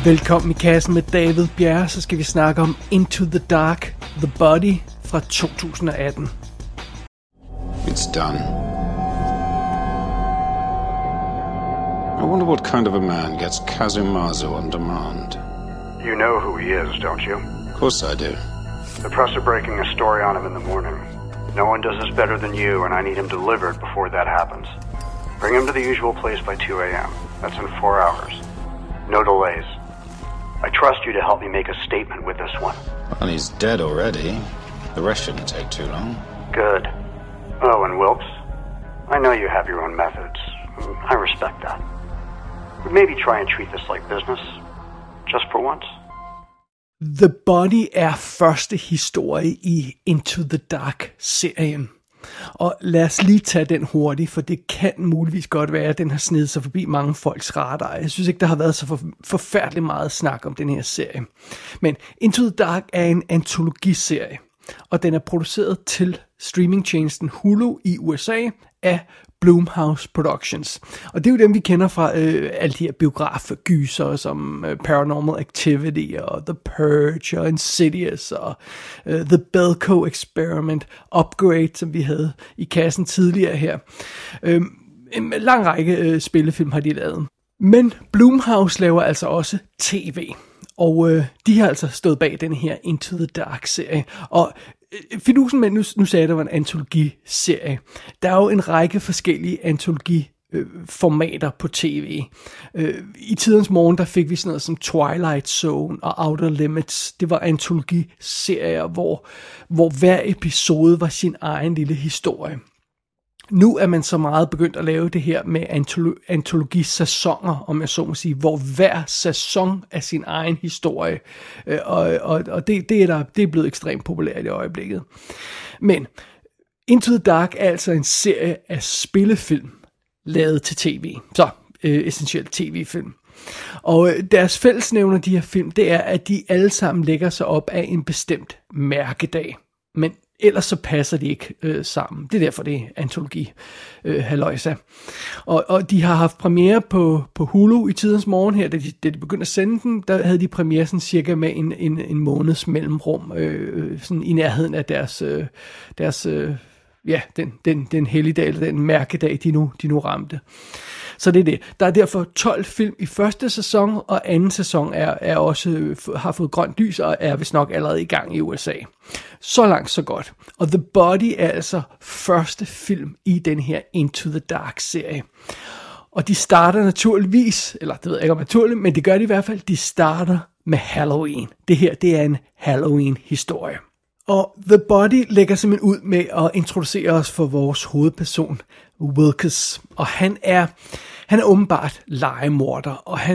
Velkommen i kassen med David Bjerre, så skal vi snakke om Into the Dark, The Body fra 2018. It's done. I wonder what kind of a man gets Kazumazu on demand. You know who he is, don't you? Of course I do. The press are breaking a story on him in the morning. No one does this better than you, and I need him delivered before that happens. Bring him to the usual place by 2 a.m. That's in 4 hours. No delays. I trust you to help me make a statement with this one. Well, he's dead already. The rest shouldn't take too long. Good. Oh, and Wilkes, I know you have your own methods. I respect that. But maybe try and treat this like business. Just for once. The Body er første historie i Into the Dark-serien. Og lad os lige tage den hurtigt, for det kan muligvis godt være, at den har snedet sig forbi mange folks radar. Jeg synes ikke, der har været så forfærdeligt meget snak om den her serie. Men Into the Dark er en antologiserie, og den er produceret til streamingtjenesten Hulu i USA af Blumhouse Productions. Og det er jo dem, vi kender fra alle de her biografgyser som Paranormal Activity og The Purge og Insidious og The Belko Experiment, Upgrade, som vi havde i kassen tidligere her. En lang række spillefilm har de lavet. Men Blumhouse laver altså også tv. Og de har altså stået bag den her Into the Dark-serie. Og fidusen med, nu sagde jeg, at det var en antologiserie. Der er jo en række forskellige antologiformater på tv. I tidens morgen, der fik vi sådan noget som Twilight Zone og Outer Limits. Det var antologiserier, hvor hver episode var sin egen lille historie. Nu er man så meget begyndt at lave det her med antologisæsoner, om jeg så må sige, hvor hver sæson er sin egen historie. Og det er blevet ekstremt populært i øjeblikket. Men Into the Dark er altså en serie af spillefilm, lavet til tv. Så essentielt tv-film. Og deres fællesnævner, de her film, det er, at de alle sammen lægger sig op af en bestemt mærkedag. Men ellers så passer de ikke sammen. Det er derfor, det er antologi halløjsa. Og de har haft premiere på Hulu i tidens morgen her, da de begyndte at sende den, der havde de premiere sådan cirka med en måneds mellemrum, sådan i nærheden af deres den helligdag, eller den mærkedag, de nu ramte. Så det er det. Der er derfor 12 film i første sæson, og anden sæson er også har fået grønt lys, og er vist nok allerede i gang i USA. Så langt, så godt. Og The Body er altså første film i den her Into the Dark-serie. Og de starter naturligvis, eller det ved jeg ikke om naturligt, men det gør de i hvert fald, de starter med Halloween. Det her, det er en Halloween-historie. Og The Body lægger simpelthen ud med at introducere os for vores hovedperson, Wilkes. Og han er åbenbart legemorder, og han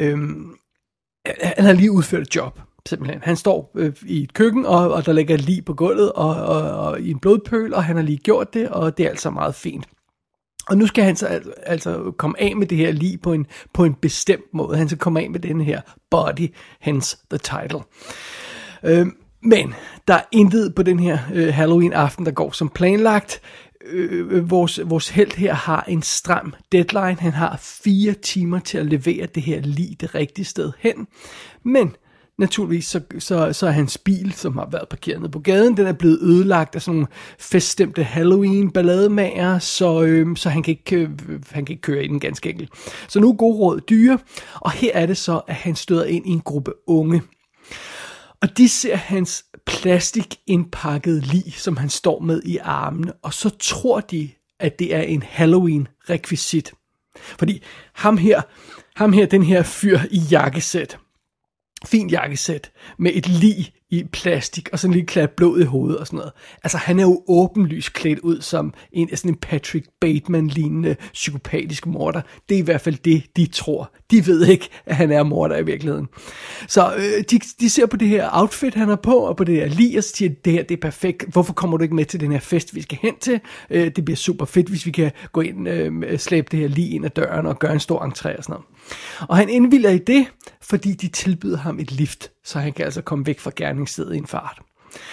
har lige udført et job, simpelthen. Han står i et køkken, og der ligger et lig på gulvet og i en blodpøl, og han har lige gjort det, og det er altså meget fint. Og nu skal han så altså komme af med det her lig på en bestemt måde. Han skal komme af med den her body, hence the title. Men der er intet på den her Halloween-aften, der går som planlagt. Vores helt her har en stram deadline. Han har 4 timer til at levere det her lig det rigtige sted hen. Men naturligvis så er hans bil, som har været parkeret nede på gaden, den er blevet ødelagt af sådan nogle feststemte Halloween-ballademager, så han kan ikke køre i den ganske enkelt. Så nu er gode råd dyre, og her er det så, at han støder ind i en gruppe unge. Og de ser hans plastikindpakket lig, som han står med i armene, og så tror de, at det er en Halloween-rekvisit. Fordi ham her, den her fyr i jakkesæt, fint jakkesæt, med et lig i plastik, og sådan en lille klat blod i hovedet og sådan noget. Altså, han er jo åbenlyst klædt ud som sådan en Patrick Bateman-lignende psykopatisk morder. Det er i hvert fald det, de tror. De ved ikke, at han er morder i virkeligheden. Så de ser på det her outfit, han har på, og på det her lig, og siger, det her, det er perfekt. Hvorfor kommer du ikke med til den her fest, vi skal hen til? Det bliver super fedt, hvis vi kan gå ind, slæbe det her lig ind ad døren og gøre en stor entré og sådan noget. Og han indvilder i det, fordi de tilbyder ham et lift, så han kan altså komme væk fra gerningsstedet i en fart.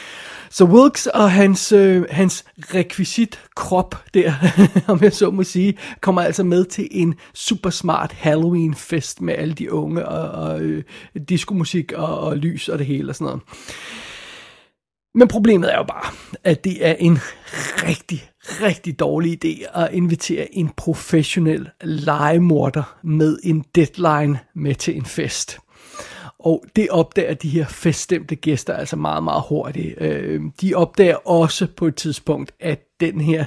Så Wilkes og hans rekvisitkrop der, om jeg så må sige, kommer altså med til en super smart Halloween-fest med alle de unge og diskomusik og lys og det hele og sådan noget. Men problemet er jo bare, at det er en rigtig, rigtig dårlig idé at invitere en professionel legemorder med en deadline med til en fest. Og det opdager de her feststemte gæster altså meget, meget hurtigt. De opdager også på et tidspunkt, at den her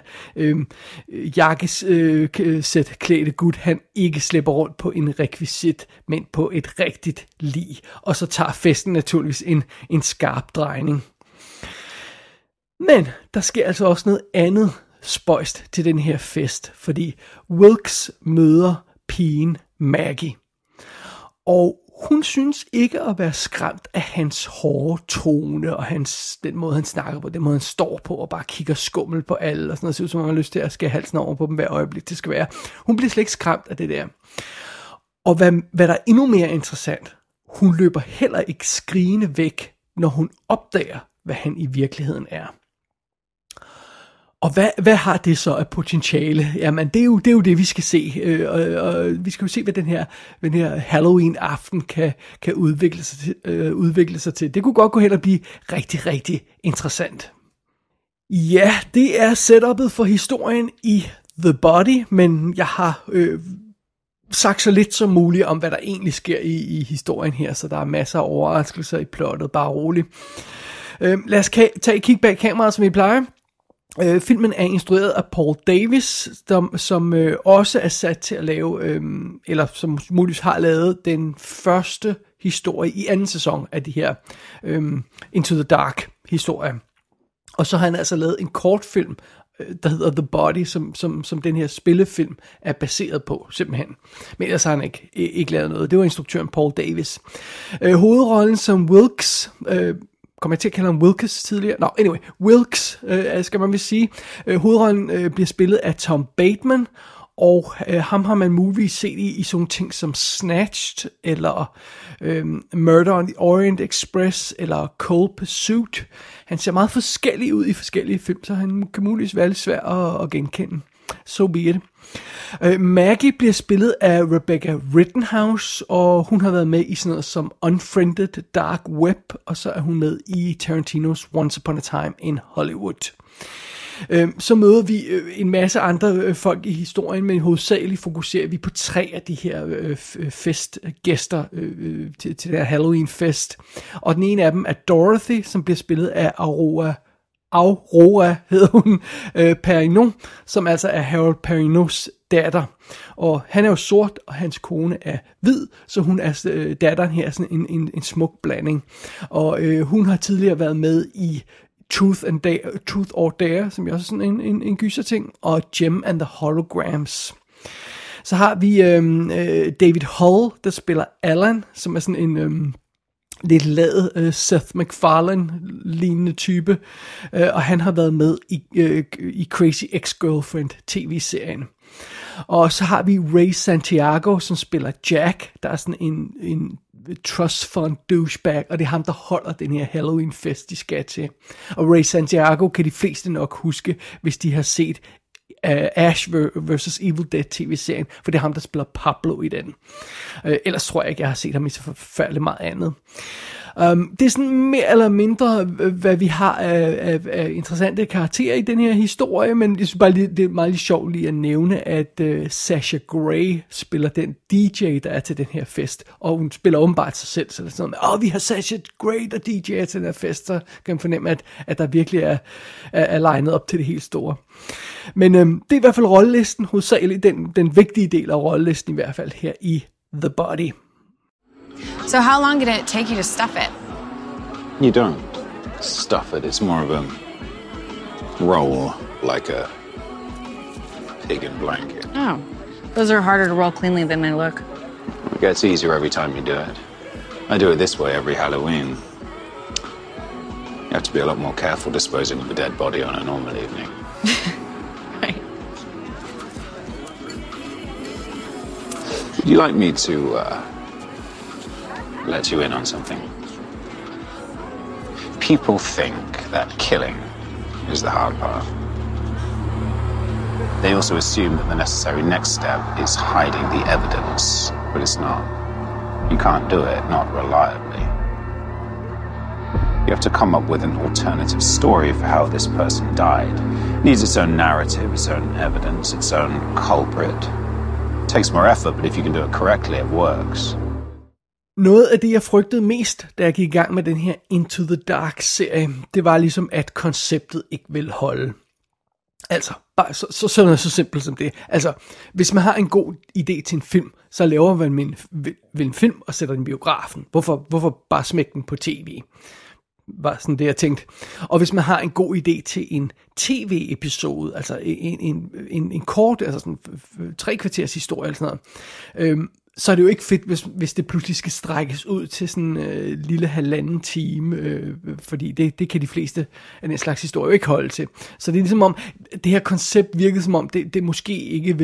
jakkesæt klædte gut, han ikke slipper rundt på en rekvisit, men på et rigtigt lig. Og så tager festen naturligvis en skarp drejning. Men der sker altså også noget andet spøjst til den her fest, fordi Wilkes møder pigen Maggie. Og hun synes ikke at være skræmt af hans hårde tone og den måde, han snakker på, den måde, han står på og bare kigger skummel på alle og sådan noget. Det ser ud som om, han har lyst til at skære halsen over på dem hver øjeblik, det skal være. Hun bliver slet ikke skræmt af det der. Og hvad der er endnu mere interessant, hun løber heller ikke skrigende væk, når hun opdager, hvad han i virkeligheden er. Og hvad har det så af potentiale? Jamen, det er jo det, vi skal se. Og vi skal jo se, hvad den her Halloween-aften kan udvikle sig til. Det kunne godt gå hen og blive rigtig, rigtig interessant. Ja, det er setupet for historien i The Body, men jeg har sagt så lidt som muligt om, hvad der egentlig sker i historien her, så der er masser af overraskelser i plottet, bare roligt. Lad os tage et kig bag kameraet, som vi plejer. Filmen er instrueret af Paul Davis, som også er sat til at lave, eller som muligvis har lavet den første historie i anden sæson af de her Into the Dark historier. Og så har han altså lavet en kortfilm, der hedder The Body, som den her spillefilm er baseret på, simpelthen. Men ellers har han ikke lavet noget. Det var instruktøren Paul Davis. Hovedrollen som Wilkes, kommer jeg til at kalde ham Wilkes tidligere? Nå, anyway, Wilkes, skal man vist sige. Hovedrollen bliver spillet af Tom Bateman, og ham har man muligvis set i sådan ting som Snatched, eller Murder on the Orient Express, eller Cold Pursuit. Han ser meget forskellig ud i forskellige film, så han kan muligvis være lidt svær at genkende. So be it. Maggie bliver spillet af Rebecca Rittenhouse, og hun har været med i sådan noget som Unfriended, Dark Web, og så er hun med i Tarantinos Once Upon a Time in Hollywood. Så møder vi en masse andre folk i historien, men hovedsageligt fokuserer vi på 3 af de her festgæster til den her Halloween-fest. Og den ene af dem er Dorothy, som bliver spillet af Aurora hedder hun, Perrineau, som altså er Harold Perrineaus datter. Og han er jo sort, og hans kone er hvid, så hun er datteren her sådan en smuk blanding. Og hun har tidligere været med i Truth or Dare, som er også sådan en gyser ting, og Gem and the Holograms. Så har vi David Hull, der spiller Alan, som er sådan en lidt lad Seth MacFarlane-lignende type, og han har været med i Crazy Ex-Girlfriend tv-serien. Og så har vi Ray Santiago, som spiller Jack, der er sådan en trust fund douchebag, og det er ham, der holder den her Halloween-fest, de skal til. Og Ray Santiago kan de fleste nok huske, hvis de har set Ash vs. Evil Dead tv-serien, for det er ham, der spiller Pablo i den. Ellers tror jeg ikke, jeg har set ham i så forfærdeligt meget andet. Det er sådan mere eller mindre, hvad vi har af interessante karakterer i den her historie, men jeg synes bare, det er meget sjovt lige at nævne, at Sasha Grey spiller den DJ, der er til den her fest, og hun spiller åbenbart sig selv, så det er sådan, vi har Sasha Grey, der DJ'er til den her fest, så kan man fornemme, at der virkelig er legnet op til det helt store. Men det er i hvert fald rollelisten, hovedsageligt den vigtige del af rollelisten i hvert fald her i The Body. So how long did it take you to stuff it? You don't stuff it. It's more of a roll, like a pig in blanket. Oh, those are harder to roll cleanly than they look. It gets easier every time you do it. I do it this way every Halloween. You have to be a lot more careful disposing of a dead body on a normal evening. Right. Would you like me to let you in on something? P People think that killing is the hard part. They also assume that the necessary next step is hiding the evidence, but it's not. You can't do it, not reliably. You have to come up with an alternative story for how this person died. It needs its own narrative, its own evidence, its own culprit. It takes more effort, but if you can do it correctly, it works. Noget af det, jeg frygtede mest, da jeg gik i gang med den her Into the Dark-serie, det var ligesom, at konceptet ikke ville holde. Altså, bare sådan noget så simpelt som det. Altså, hvis man har en god idé til en film, så laver man en film og sætter den i biografen. Hvorfor bare smække den på tv? Var sådan det, jeg tænkte. Og hvis man har en god idé til en tv-episode, altså en kort, altså sådan 3 kvarters historie eller sådan noget, så er det jo ikke fedt, hvis det pludselig skal strækkes ud til sådan en lille 1,5 time, fordi det kan de fleste af den slags historie jo ikke holde til. Så det er ligesom om, det her koncept virkede som om, det måske ikke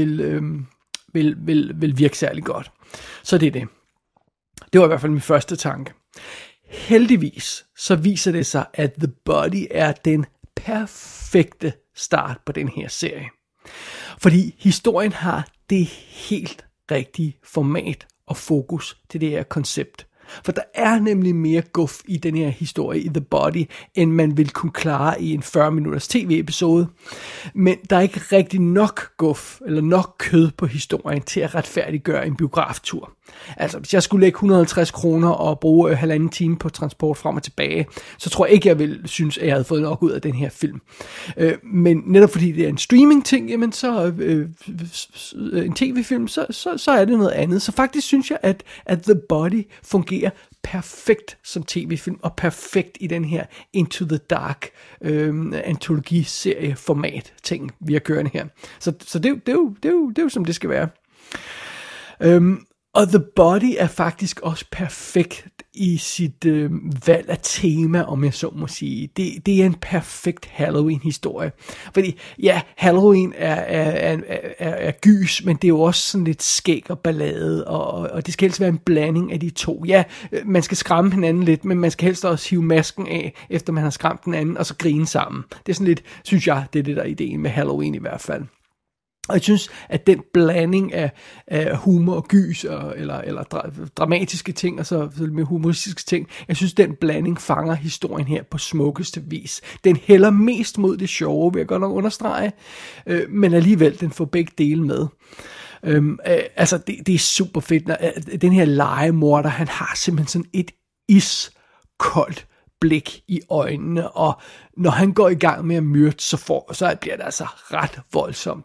vil virke særlig godt. Så det er det. Det var i hvert fald min første tanke. Heldigvis så viser det sig, at The Body er den perfekte start på den her serie. Fordi historien har det helt rigtige format og fokus til det her koncept. For der er nemlig mere guf i den her historie i The Body, end man vil kunne klare i en 40 minutters tv-episode. Men der er ikke rigtig nok guf, eller nok kød på historien til at retfærdiggøre en biograftur. Altså, hvis jeg skulle lægge 150 kroner og bruge 1,5 time på transport frem og tilbage, så tror jeg ikke, jeg ville synes, at jeg havde fået nok ud af den her film. Men netop fordi det er en streaming-ting, jamen så en tv-film, så er det noget andet. Så faktisk synes jeg, at The Body fungerer perfekt som tv-film, og perfekt i den her Into the Dark antologi-serie-format ting, vi har kørende her. Så det er jo som det skal være. Og The Body er faktisk også perfekt i sit valg af tema, om jeg så må sige. Det er en perfekt Halloween-historie. Fordi, ja, Halloween er gys, men det er jo også sådan lidt skæg og ballade, og det skal helst være en blanding af de to. Ja, man skal skræmme hinanden lidt, men man skal helst også hive masken af, efter man har skræmt den anden, og så grine sammen. Det er sådan lidt, synes jeg, det er det der ideen med Halloween i hvert fald. Og jeg synes, at den blanding af humor og gys, eller dramatiske ting, og så med humoristiske ting, jeg synes, den blanding fanger historien her på smukkeste vis. Den hælder mest mod det sjove, vil jeg godt nok understrege, men alligevel, den får begge dele med. Altså, det er super fedt, når den her legemorder, han har simpelthen sådan et iskoldt blik i øjnene, og når han går i gang med at myrde, så bliver det altså ret voldsomt.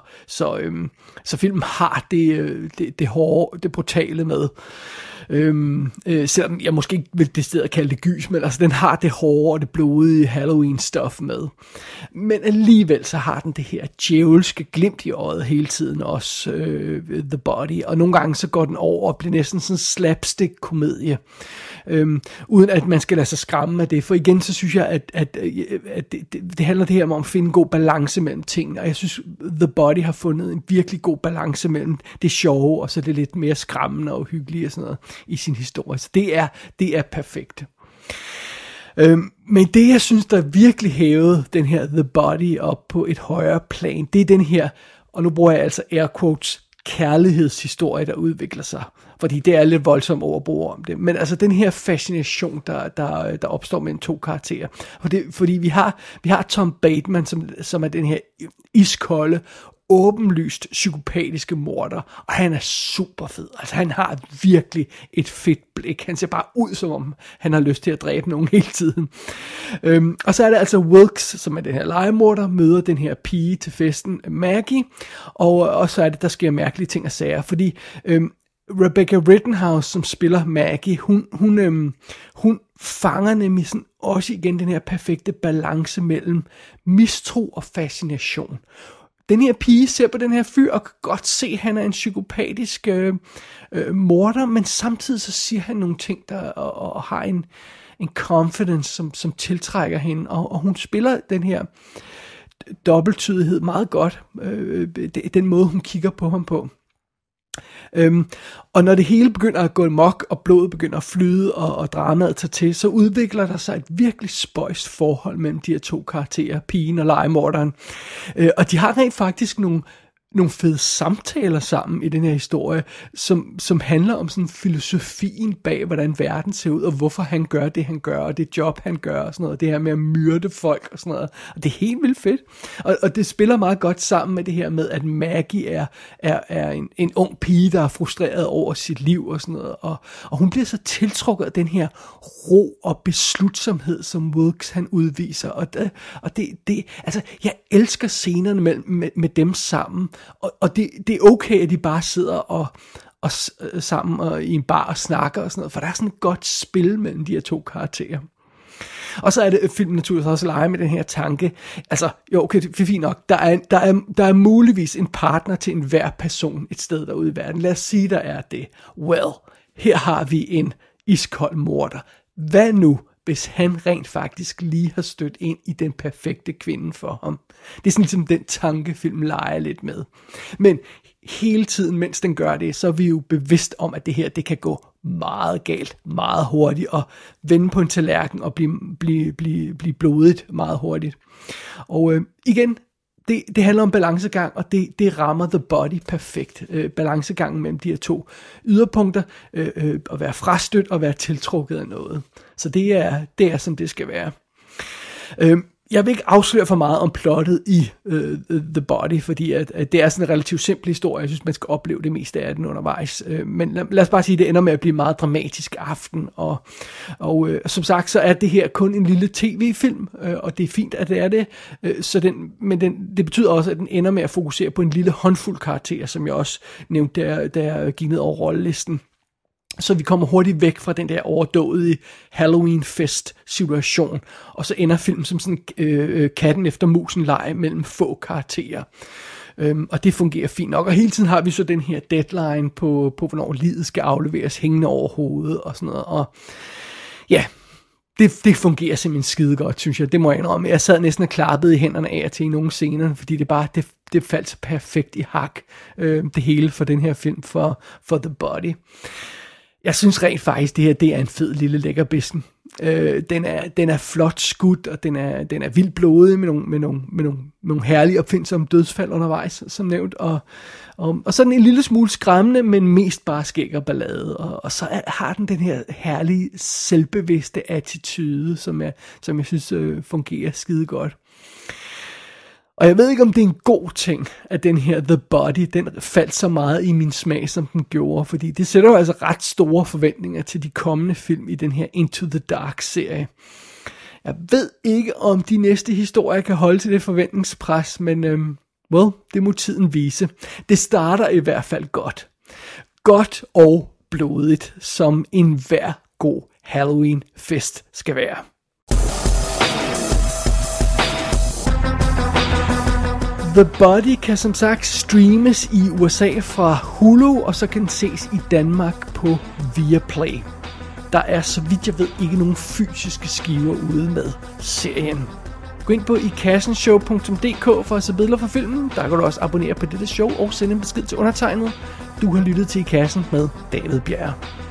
Så filmen har det hårde, det brutale med. Selvom jeg måske ikke vil det sted at kalde det gys, men altså den har det hårde og det blodige Halloween-stuff med. Men alligevel så har den det her djævelske glimt i øjet hele tiden også, The Body, og nogle gange så går den over og bliver næsten sådan en slapstick-komedie, uden at man skal lade sig skræmme af det, for igen så synes jeg, at det handler det her om at finde en god balance mellem tingene, og jeg synes, The Body har fundet en virkelig god balance mellem det sjove, og så det lidt mere skræmmende og hyggelige og sådan noget i sin historie. Så det er perfekt. Men det, jeg synes, der virkelig hævede den her The Body op på et højere plan, det er den her, og nu bruger jeg altså air quotes, kærlighedshistorie, der udvikler sig. Fordi det er lidt voldsomt overbrug om det. Men altså den her fascination, der opstår mellem to karakterer. Fordi vi har Tom Bateman, som er den her iskolde, åbenlyst psykopatiske morder, og han er super fed. Altså han har virkelig et fedt blik. Han ser bare ud, som om han har lyst til at dræbe nogen hele tiden. Og så er det altså Wilkes, som er den her legemorder, møder den her pige til festen, Maggie, og så er det, der sker mærkelige ting og sager, fordi Rebecca Rittenhouse, som spiller Maggie, hun fanger nemlig sådan også igen den her perfekte balance mellem mistro og fascination. Den her pige ser på den her fyr og kan godt se, at han er en psykopatisk morder, men samtidig så siger han nogle ting, og har en confidence, som tiltrækker hende, og hun spiller den her dobbelttydighed meget godt, den måde hun kigger på ham på. Og når det hele begynder at gå amok, og blodet begynder at flyde, og dramaet tager til, så udvikler der sig et virkelig spøjst forhold mellem de her to karakterer, pigen og legemorderen. Og de har rent faktisk nogle fede samtaler sammen i den her historie, som handler om sådan filosofien bag, hvordan verden ser ud, og hvorfor han gør det, han gør, og det job, han gør, og sådan noget, det her med at myrde folk, og sådan noget, og det er helt vildt fedt, og det spiller meget godt sammen med det her med, at Maggie er en ung pige, der er frustreret over sit liv, og sådan noget, og hun bliver så tiltrukket af den her ro og beslutsomhed, som Wilkes han udviser, og det altså, jeg elsker scenerne med dem sammen, og det er okay, at de bare sidder og sammen og i en bar og snakker og sådan noget, for der er sådan et godt spil mellem de her to karakterer. Og så er det filmen naturligvis også lege med den her tanke, altså jo okay, det er fint nok, der er muligvis en partner til enhver person et sted derude i verden, lad os sige, der er det. Well, her har vi en iskold morder. Hvad nu, hvis han rent faktisk lige har stødt ind i den perfekte kvinde for ham? Det er sådan ligesom den tanke, filmen leger lidt med. Men hele tiden, mens den gør det, så er vi jo bevidst om, at det her, det kan gå meget galt, meget hurtigt, og vende på en tallerken og blive blodigt meget hurtigt. Og igen, det handler om balancegang, og det rammer The Body perfekt. Balancegangen mellem de her to yderpunkter, at være frastødt og være tiltrukket af noget. Så det er som det skal være. Jeg vil ikke afsløre for meget om plottet i The Body, fordi at det er sådan en relativt simpel historie. Jeg synes, man skal opleve det meste af den undervejs. Men lad os bare sige, at det ender med at blive en meget dramatisk aften. Og som sagt, så er det her kun en lille tv-film, og det er fint, at det er det. Men det betyder også, at den ender med at fokusere på en lille håndfuld karakterer, som jeg også nævnte, da jeg gik ned over rollelisten. Så vi kommer hurtigt væk fra den der overdådige Halloween-fest-situation, og så ender filmen som sådan katten efter musen leg mellem få karakterer. Og det fungerer fint nok, og hele tiden har vi så den her deadline på hvornår livet skal afleveres hængende over hovedet og sådan noget, og ja, det fungerer simpelthen skide godt, synes jeg. Det må jeg indrømme. Jeg sad næsten og klappede i hænderne af og til i nogle scener, fordi det faldt så perfekt i hak, det hele for den her film for The Body. Jeg synes rent faktisk, det her det er en fed lille lækkerbissen. Den er flot skudt, og den er vildt blodig med nogle herlige opfindsomme dødsfald undervejs, som nævnt. Og sådan en lille smule skræmmende, men mest bare skæg og ballade. Og så har den her herlige, selvbevidste attitude, som jeg synes fungerer skide godt. Og jeg ved ikke, om det er en god ting, at den her The Body, den faldt så meget i min smag, som den gjorde, fordi det sætter jo altså ret store forventninger til de kommende film i den her Into the Dark-serie. Jeg ved ikke, om de næste historier kan holde til det forventningspres, men det må tiden vise. Det starter i hvert fald godt. Godt og blodigt, som enhver god Halloween-fest skal være. The Body kan som sagt streames i USA fra Hulu, og så kan den ses i Danmark på Viaplay. Der er, så vidt jeg ved, ikke nogen fysiske skiver ude med serien. Gå ind på ikassenshow.dk for at se billeder fra filmen. Der kan du også abonnere på dette show og sende en besked til undertegnet. Du har lyttet til I Kassen med David Bjerre.